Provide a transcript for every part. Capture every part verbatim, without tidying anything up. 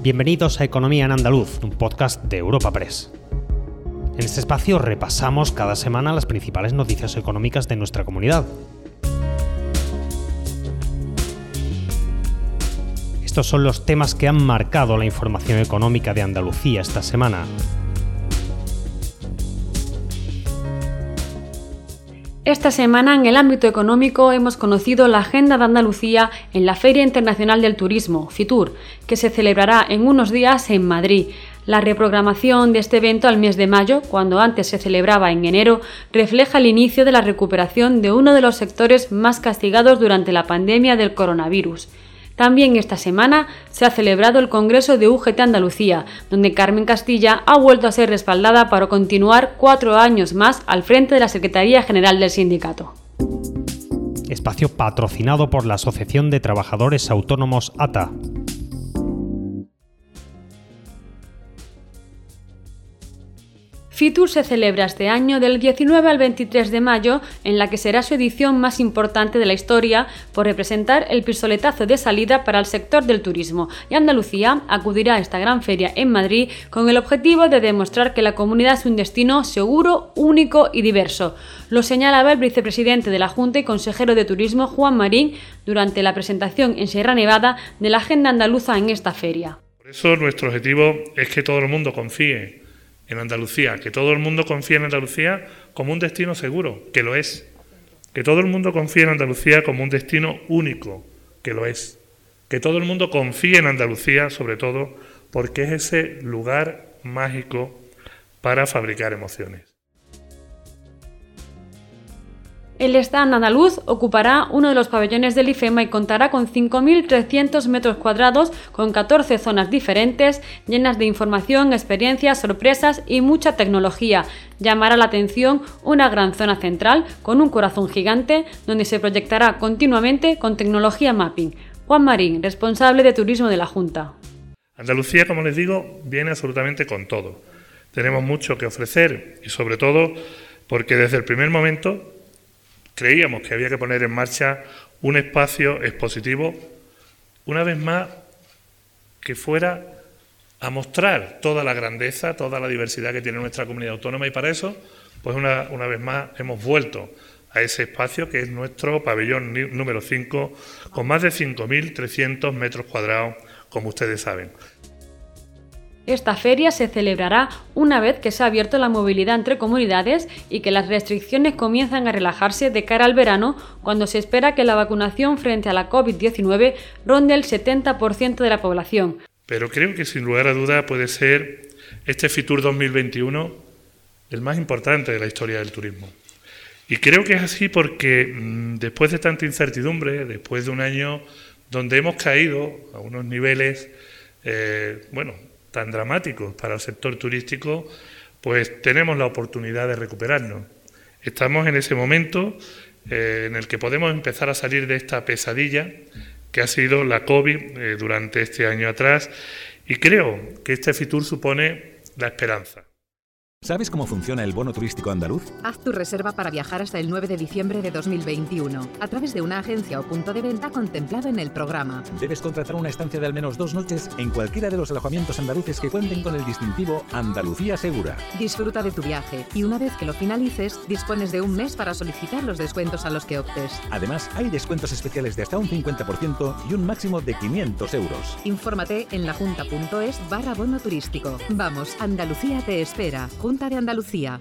Bienvenidos a Economía en Andaluz, un podcast de Europa Press. En este espacio repasamos cada semana las principales noticias económicas de nuestra comunidad. Estos son los temas que han marcado la información económica de Andalucía esta semana. Esta semana, en el ámbito económico, hemos conocido la Agenda de Andalucía en la Feria Internacional del Turismo, FITUR, que se celebrará en unos días en Madrid. La reprogramación de este evento al mes de mayo, cuando antes se celebraba en enero, refleja el inicio de la recuperación de uno de los sectores más castigados durante la pandemia del coronavirus. También esta semana se ha celebrado el Congreso de U G T Andalucía, donde Carmen Castilla ha vuelto a ser respaldada para continuar cuatro años más al frente de la Secretaría General del sindicato. Espacio patrocinado por la Asociación de Trabajadores Autónomos A T A. FITUR se celebra este año del diecinueve al veintitrés de mayo, en la que será su edición más importante de la historia por representar el pistoletazo de salida para el sector del turismo, y Andalucía acudirá a esta gran feria en Madrid con el objetivo de demostrar que la comunidad es un destino seguro, único y diverso. Lo señalaba el vicepresidente de la Junta y consejero de Turismo, Juan Marín, durante la presentación en Sierra Nevada de la Agenda Andaluza en esta feria. Por eso nuestro objetivo es que todo el mundo confíe en Andalucía, que todo el mundo confíe en Andalucía como un destino seguro, que lo es. Que todo el mundo confíe en Andalucía como un destino único, que lo es. Que todo el mundo confíe en Andalucía, sobre todo, porque es ese lugar mágico para fabricar emociones. El stand andaluz ocupará uno de los pabellones del IFEMA y contará con cinco mil trescientos metros cuadrados con catorce zonas diferentes, llenas de información, experiencias, sorpresas y mucha tecnología. Llamará la atención una gran zona central con un corazón gigante donde se proyectará continuamente con tecnología mapping. Juan Marín, responsable de turismo de la Junta. Andalucía, como les digo, viene absolutamente con todo. Tenemos mucho que ofrecer y sobre todo porque desde el primer momento creíamos que había que poner en marcha un espacio expositivo, una vez más, que fuera a mostrar toda la grandeza, toda la diversidad que tiene nuestra comunidad autónoma, y para eso, pues una, una vez más, hemos vuelto a ese espacio que es nuestro pabellón número cinco, con más de cinco mil trescientos metros cuadrados, como ustedes saben. Esta feria se celebrará una vez que se ha abierto la movilidad entre comunidades y que las restricciones comienzan a relajarse de cara al verano, cuando se espera que la vacunación frente a la COVID diecinueve ronde el setenta por ciento de la población. Pero creo que sin lugar a duda puede ser este FITUR dos mil veintiuno el más importante de la historia del turismo. Y creo que es así porque mmm, después de tanta incertidumbre, después de un año donde hemos caído a unos niveles, eh, bueno, tan dramáticos para el sector turístico, pues tenemos la oportunidad de recuperarnos. Estamos en ese momento eh, en el que podemos empezar a salir de esta pesadilla que ha sido la COVID eh, durante este año atrás, y creo que este FITUR supone la esperanza. ¿Sabes cómo funciona el bono turístico andaluz? Haz tu reserva para viajar hasta el nueve de diciembre de dos mil veintiuno a través de una agencia o punto de venta contemplado en el programa. Debes contratar una estancia de al menos dos noches en cualquiera de los alojamientos andaluces que cuenten con el distintivo Andalucía Segura. Disfruta de tu viaje y una vez que lo finalices, dispones de un mes para solicitar los descuentos a los que optes. Además, hay descuentos especiales de hasta un cincuenta por ciento y un máximo de quinientos euros. Infórmate en lajunta.es barra bono turístico. Vamos, Andalucía te espera. Junta de Andalucía.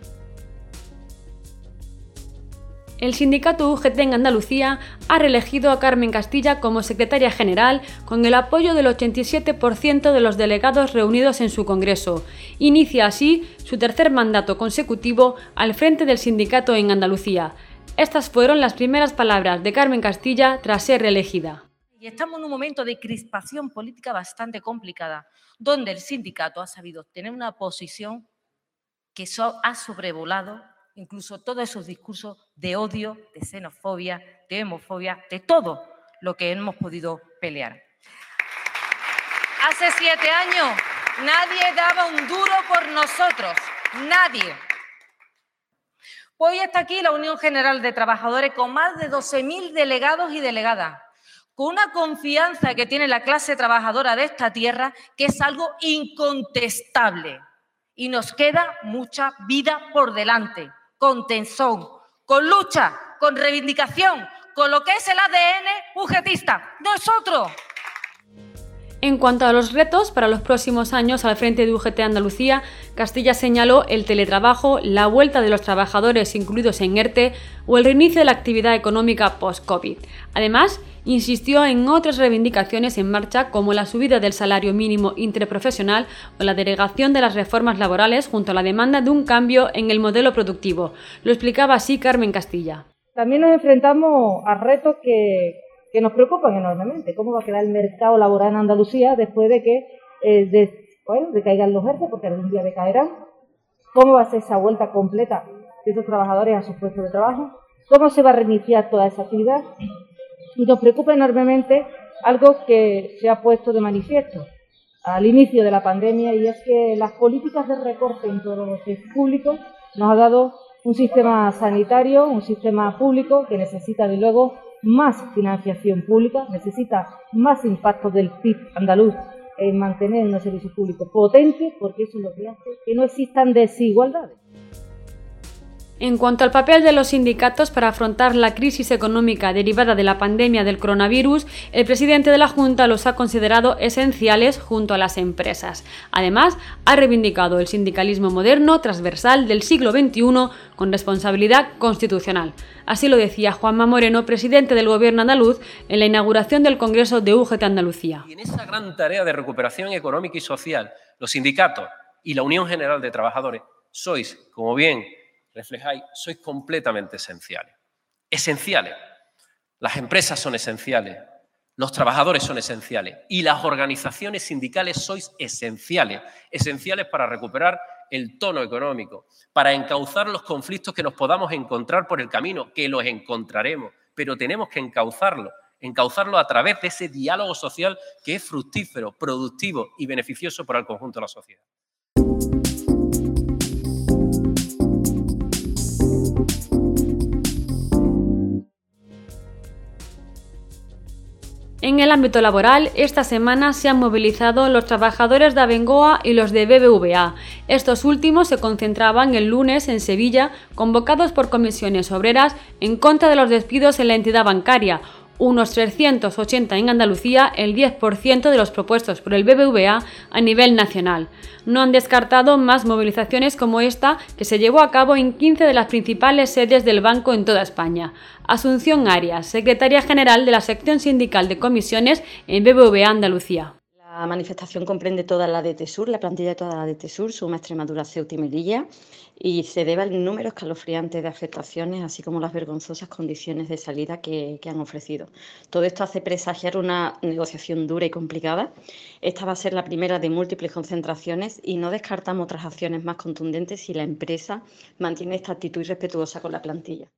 El sindicato U G T en Andalucía ha reelegido a Carmen Castilla como secretaria general con el apoyo del ochenta y siete por ciento de los delegados reunidos en su congreso. Inicia así su tercer mandato consecutivo al frente del sindicato en Andalucía. Estas fueron las primeras palabras de Carmen Castilla tras ser reelegida. Y estamos en un momento de crispación política bastante complicada, donde el sindicato ha sabido tener una posición que ha sobrevolado incluso todos esos discursos de odio, de xenofobia, de homofobia, de todo lo que hemos podido pelear. Hace siete años nadie daba un duro por nosotros, nadie. Hoy está aquí la Unión General de Trabajadores con más de doce mil delegados y delegadas, con una confianza que tiene la clase trabajadora de esta tierra, que es algo incontestable. Y nos queda mucha vida por delante, con tesón, con lucha, con reivindicación, con lo que es el A D N ugetista. ¡Nosotros! En cuanto a los retos para los próximos años al frente de U G T Andalucía, Castilla señaló el teletrabajo, la vuelta de los trabajadores incluidos en ERTE o el reinicio de la actividad económica post-COVID. Además, insistió en otras reivindicaciones en marcha como la subida del salario mínimo interprofesional o la derogación de las reformas laborales junto a la demanda de un cambio en el modelo productivo. Lo explicaba así Carmen Castilla. También nos enfrentamos a retos que, que nos preocupan enormemente. ¿Cómo va a quedar el mercado laboral en Andalucía después de que eh, de, bueno, decaigan los ERTE, porque algún día decaerán? ¿Cómo va a ser esa vuelta completa de esos trabajadores a sus puestos de trabajo? ¿Cómo se va a reiniciar toda esa actividad? Y nos preocupa enormemente algo que se ha puesto de manifiesto al inicio de la pandemia, y es que las políticas de recorte en todo lo que es público nos ha dado un sistema sanitario, un sistema público que necesita, de luego, más financiación pública, necesita más impacto del P I B andaluz en mantener unos servicios públicos potentes, porque eso es lo que hace que no existan desigualdades. En cuanto al papel de los sindicatos para afrontar la crisis económica derivada de la pandemia del coronavirus, el presidente de la Junta los ha considerado esenciales junto a las empresas. Además, ha reivindicado el sindicalismo moderno, transversal del siglo veintiuno, con responsabilidad constitucional. Así lo decía Juanma Moreno, presidente del Gobierno andaluz, en la inauguración del Congreso de U G T Andalucía. Y en esa gran tarea de recuperación económica y social, los sindicatos y la Unión General de Trabajadores sois, como bien reflejáis, sois completamente esenciales. Esenciales. Las empresas son esenciales, los trabajadores son esenciales y las organizaciones sindicales sois esenciales. Esenciales para recuperar el tono económico, para encauzar los conflictos que nos podamos encontrar por el camino, que los encontraremos, pero tenemos que encauzarlos, encauzarlo a través de ese diálogo social que es fructífero, productivo y beneficioso para el conjunto de la sociedad. En el ámbito laboral, esta semana se han movilizado los trabajadores de Abengoa y los de B B V A. Estos últimos se concentraban el lunes en Sevilla, convocados por comisiones obreras en contra de los despidos en la entidad bancaria. Unos trescientos ochenta en Andalucía, el diez por ciento de los propuestos por el B B V A a nivel nacional. No han descartado más movilizaciones como esta, que se llevó a cabo en quince de las principales sedes del banco en toda España. Asunción Arias, secretaria general de la sección sindical de comisiones en B B V A Andalucía. La manifestación comprende toda la D T Sur, la plantilla de toda la D T Sur, suma Extremadura, Ceuta y Melilla, y se debe al número escalofriante de afectaciones, así como las vergonzosas condiciones de salida que, que han ofrecido. Todo esto hace presagiar una negociación dura y complicada. Esta va a ser la primera de múltiples concentraciones y no descartamos otras acciones más contundentes si la empresa mantiene esta actitud irrespetuosa con la plantilla.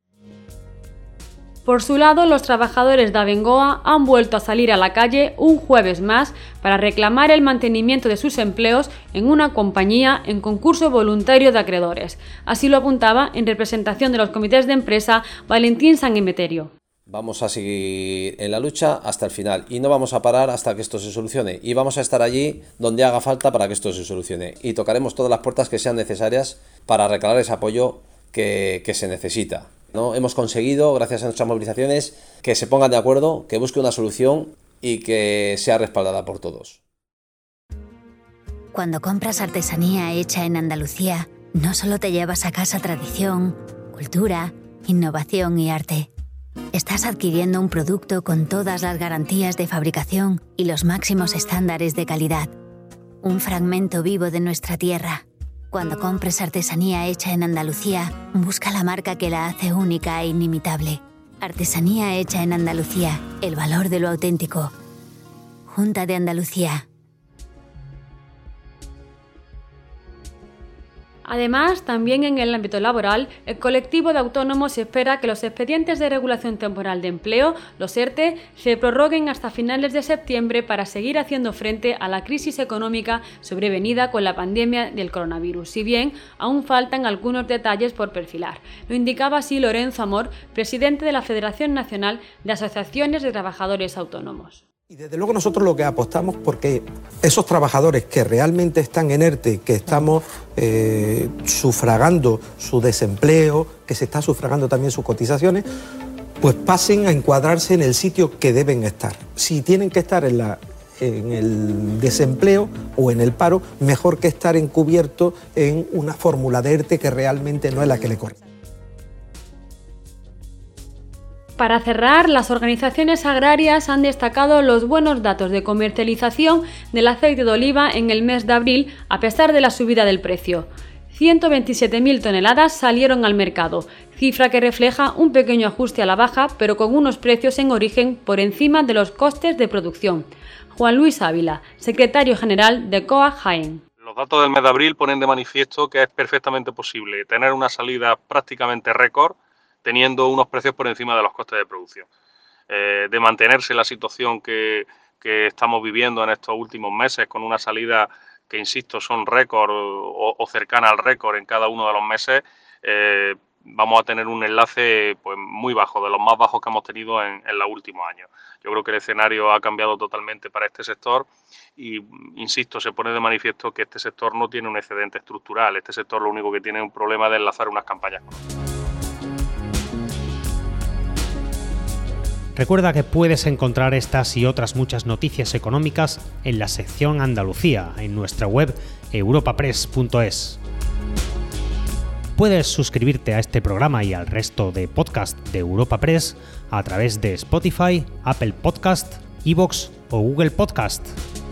Por su lado, los trabajadores de Abengoa han vuelto a salir a la calle un jueves más para reclamar el mantenimiento de sus empleos en una compañía en concurso voluntario de acreedores. Así lo apuntaba, en representación de los comités de empresa, Valentín San Emeterio. Vamos a seguir en la lucha hasta el final y no vamos a parar hasta que esto se solucione, y vamos a estar allí donde haga falta para que esto se solucione, y tocaremos todas las puertas que sean necesarias para reclamar ese apoyo que, que se necesita. ¿No? Hemos conseguido, gracias a nuestras movilizaciones, que se pongan de acuerdo, que busquen una solución y que sea respaldada por todos. Cuando compras artesanía hecha en Andalucía, no solo te llevas a casa tradición, cultura, innovación y arte. Estás adquiriendo un producto con todas las garantías de fabricación y los máximos estándares de calidad. Un fragmento vivo de nuestra tierra. Cuando compres artesanía hecha en Andalucía, busca la marca que la hace única e inimitable. Artesanía hecha en Andalucía, el valor de lo auténtico. Junta de Andalucía. Además, también en el ámbito laboral, el colectivo de autónomos espera que los expedientes de regulación temporal de empleo, los ERTE, se prorroguen hasta finales de septiembre para seguir haciendo frente a la crisis económica sobrevenida con la pandemia del coronavirus, si bien aún faltan algunos detalles por perfilar. Lo indicaba así Lorenzo Amor, presidente de la Federación Nacional de Asociaciones de Trabajadores Autónomos. Y desde luego nosotros lo que apostamos porque esos trabajadores que realmente están en ERTE, que estamos eh, sufragando su desempleo, que se está sufragando también sus cotizaciones, pues pasen a encuadrarse en el sitio que deben estar. Si tienen que estar en, la, en el desempleo o en el paro, mejor que estar encubierto en una fórmula de ERTE que realmente no es la que le corresponde. Para cerrar, las organizaciones agrarias han destacado los buenos datos de comercialización del aceite de oliva en el mes de abril, a pesar de la subida del precio. ciento veintisiete mil toneladas salieron al mercado, cifra que refleja un pequeño ajuste a la baja, pero con unos precios en origen por encima de los costes de producción. Juan Luis Ávila, secretario general de C O A Jaén. Los datos del mes de abril ponen de manifiesto que es perfectamente posible tener una salida prácticamente récord, teniendo unos precios por encima de los costes de producción. Eh, de mantenerse la situación que, que estamos viviendo en estos últimos meses, con una salida que, insisto, son récord o, o cercana al récord en cada uno de los meses, eh, vamos a tener un enlace pues, muy bajo, de los más bajos que hemos tenido en, en los últimos años. Yo creo que el escenario ha cambiado totalmente para este sector y, insisto, se pone de manifiesto que este sector no tiene un excedente estructural. Este sector lo único que tiene es un problema de enlazar unas campañas con otras. Recuerda que puedes encontrar estas y otras muchas noticias económicas en la sección Andalucía, en nuestra web europa press punto es. Puedes suscribirte a este programa y al resto de podcast de Europa Press a través de Spotify, Apple Podcast, iVoox o Google Podcast.